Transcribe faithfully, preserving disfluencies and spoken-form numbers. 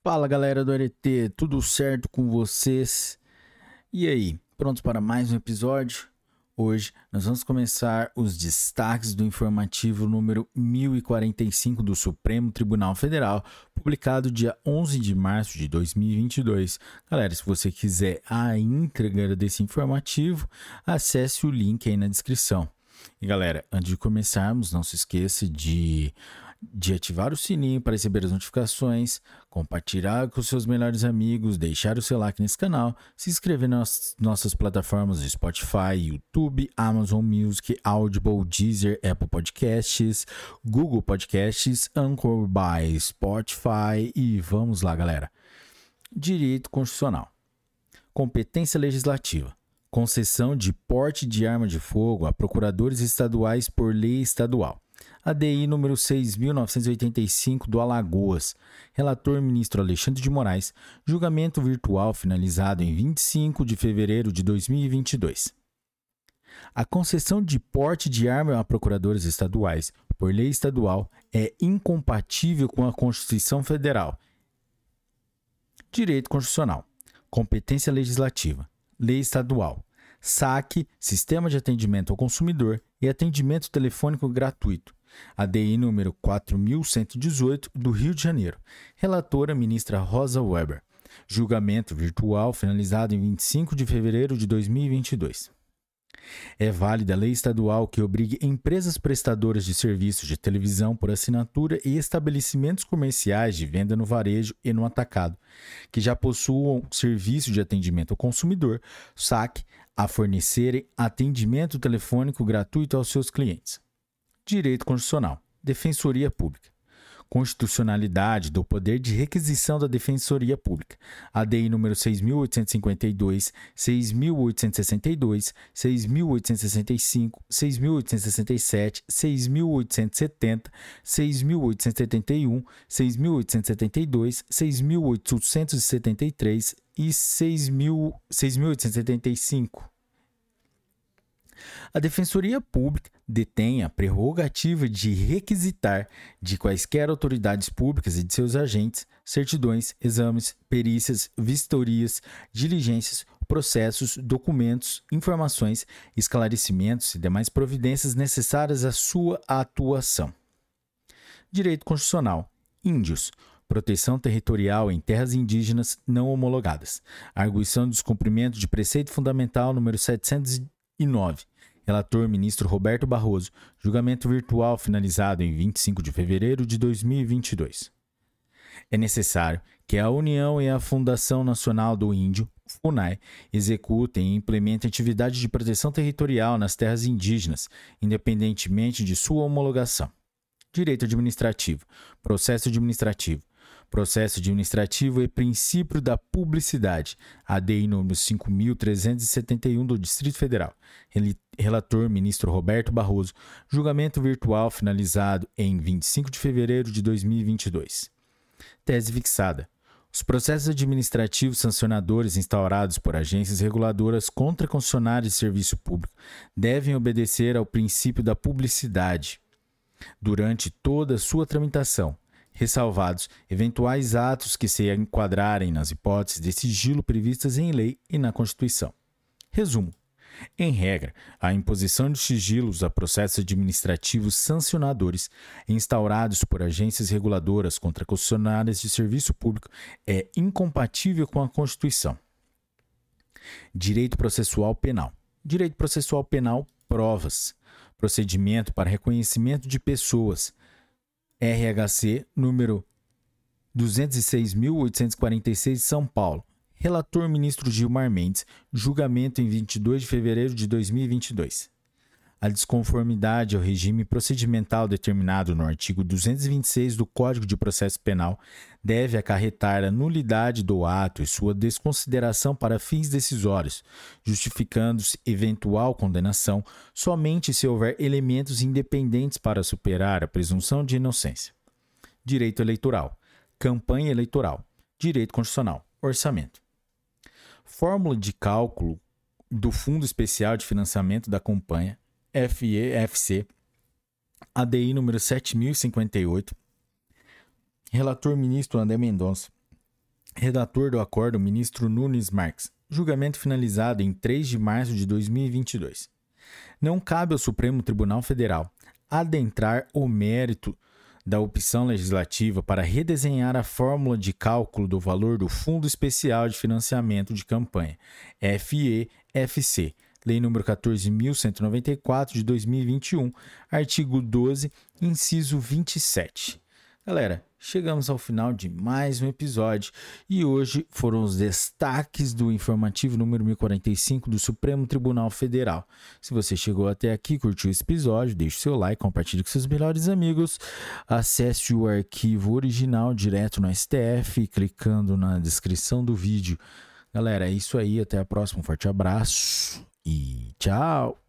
Fala galera do R T, tudo certo com vocês? E aí, prontos para mais um episódio? Hoje nós vamos começar os destaques do informativo número mil e quarenta e cinco do Supremo Tribunal Federal, publicado dia onze de março de dois mil e vinte e dois. Galera, se você quiser a íntegra desse informativo, acesse o link aí na descrição. E galera, antes de começarmos, não se esqueça de... de ativar o sininho para receber as notificações, compartilhar com seus melhores amigos, deixar o seu like nesse canal, se inscrever nas nossas plataformas de Spotify, YouTube, Amazon Music, Audible, Deezer, Apple Podcasts, Google Podcasts, Anchor by Spotify e vamos lá, galera. Direito Constitucional. Competência legislativa. Concessão de porte de arma de fogo a procuradores estaduais por lei estadual. A D I número seis mil novecentos e oitenta e cinco do Alagoas. Relator ministro Alexandre de Moraes. Julgamento virtual finalizado em vinte e cinco de fevereiro de dois mil e vinte e dois. A concessão de porte de arma a procuradores estaduais por lei estadual é incompatível com a Constituição Federal. Direito Constitucional. Competência legislativa. Lei estadual. Saque, Sistema de Atendimento ao Consumidor e Atendimento Telefônico Gratuito. A D I número quatro mil cento e dezoito do Rio de Janeiro. Relatora ministra Rosa Weber. Julgamento virtual finalizado em vinte e cinco de fevereiro de dois mil e vinte e dois. É válida a lei estadual que obrigue empresas prestadoras de serviços de televisão por assinatura e estabelecimentos comerciais de venda no varejo e no atacado, que já possuam serviço de atendimento ao consumidor, saque, a fornecerem atendimento telefônico gratuito aos seus clientes. Direito Constitucional. Defensoria Pública. Constitucionalidade do poder de requisição da Defensoria Pública. A D I número seis mil oitocentos e cinquenta e dois, seis mil oitocentos e sessenta e dois, seis mil oitocentos e sessenta e cinco, seis mil oitocentos e sessenta e sete, seis mil oitocentos e setenta, seis mil oitocentos e setenta e um, seis mil oitocentos e setenta e dois, seis mil oitocentos e setenta e três e seis mil oitocentos e setenta e cinco. A Defensoria Pública detém a prerrogativa de requisitar de quaisquer autoridades públicas e de seus agentes certidões, exames, perícias, vistorias, diligências, processos, documentos, informações, esclarecimentos e demais providências necessárias à sua atuação. Direito Constitucional. Índios. Proteção territorial em terras indígenas não homologadas. Arguição do descumprimento de preceito fundamental número setecentos e nove. Relator ministro Roberto Barroso. Julgamento virtual finalizado em vinte e cinco de fevereiro de dois mil e vinte e dois. É necessário que a União e a Fundação Nacional do Índio, FUNAI, executem e implementem atividade de proteção territorial nas terras indígenas, independentemente de sua homologação. Direito administrativo. Processo administrativo. Processo administrativo e princípio da publicidade. A D I número cinco mil trezentos e setenta e um do Distrito Federal. Relator ministro Roberto Barroso. Julgamento virtual finalizado em vinte e cinco de fevereiro de dois mil e vinte e dois. Tese fixada. Os processos administrativos sancionadores instaurados por agências reguladoras contra concessionários de serviço público devem obedecer ao princípio da publicidade durante toda a sua tramitação, ressalvados eventuais atos que se enquadrarem nas hipóteses de sigilo previstas em lei e na Constituição. Resumo. Em regra, a imposição de sigilos a processos administrativos sancionadores instaurados por agências reguladoras contra concessionárias de serviço público é incompatível com a Constituição. Direito processual penal. Direito processual penal, provas. Procedimento para reconhecimento de pessoas. R H C número duzentos e seis mil oitocentos e quarenta e seis, São Paulo. Relator ministro Gilmar Mendes. Julgamento em vinte e dois de fevereiro de dois mil e vinte e dois. A desconformidade ao regime procedimental determinado no artigo duzentos e vinte e seis do Código de Processo Penal deve acarretar a nulidade do ato e sua desconsideração para fins decisórios, justificando-se eventual condenação somente se houver elementos independentes para superar a presunção de inocência. Direito eleitoral. Campanha eleitoral. Direito constitucional. Orçamento. Fórmula de cálculo do Fundo Especial de Financiamento da Campanha, F E F C, A D I número sete mil e cinquenta e oito, relator ministro André Mendonça, Redator do acordo, ministro Nunes Marques. Julgamento finalizado em três de março de dois mil e vinte e dois. Não cabe ao Supremo Tribunal Federal adentrar o mérito da opção legislativa para redesenhar a fórmula de cálculo do valor do Fundo Especial de Financiamento de Campanha, F E F C, Lei número quatorze mil cento e noventa e quatro de dois mil e vinte e um, artigo doze, inciso vinte e sete. Galera, chegamos ao final de mais um episódio e hoje foram os destaques do informativo número mil e quarenta e cinco do Supremo Tribunal Federal. Se você chegou até aqui, curtiu esse episódio, deixe seu like, compartilhe com seus melhores amigos, acesse o arquivo original direto no S T F, clicando na descrição do vídeo. Galera, é isso aí, até a próxima, um forte abraço e tchau!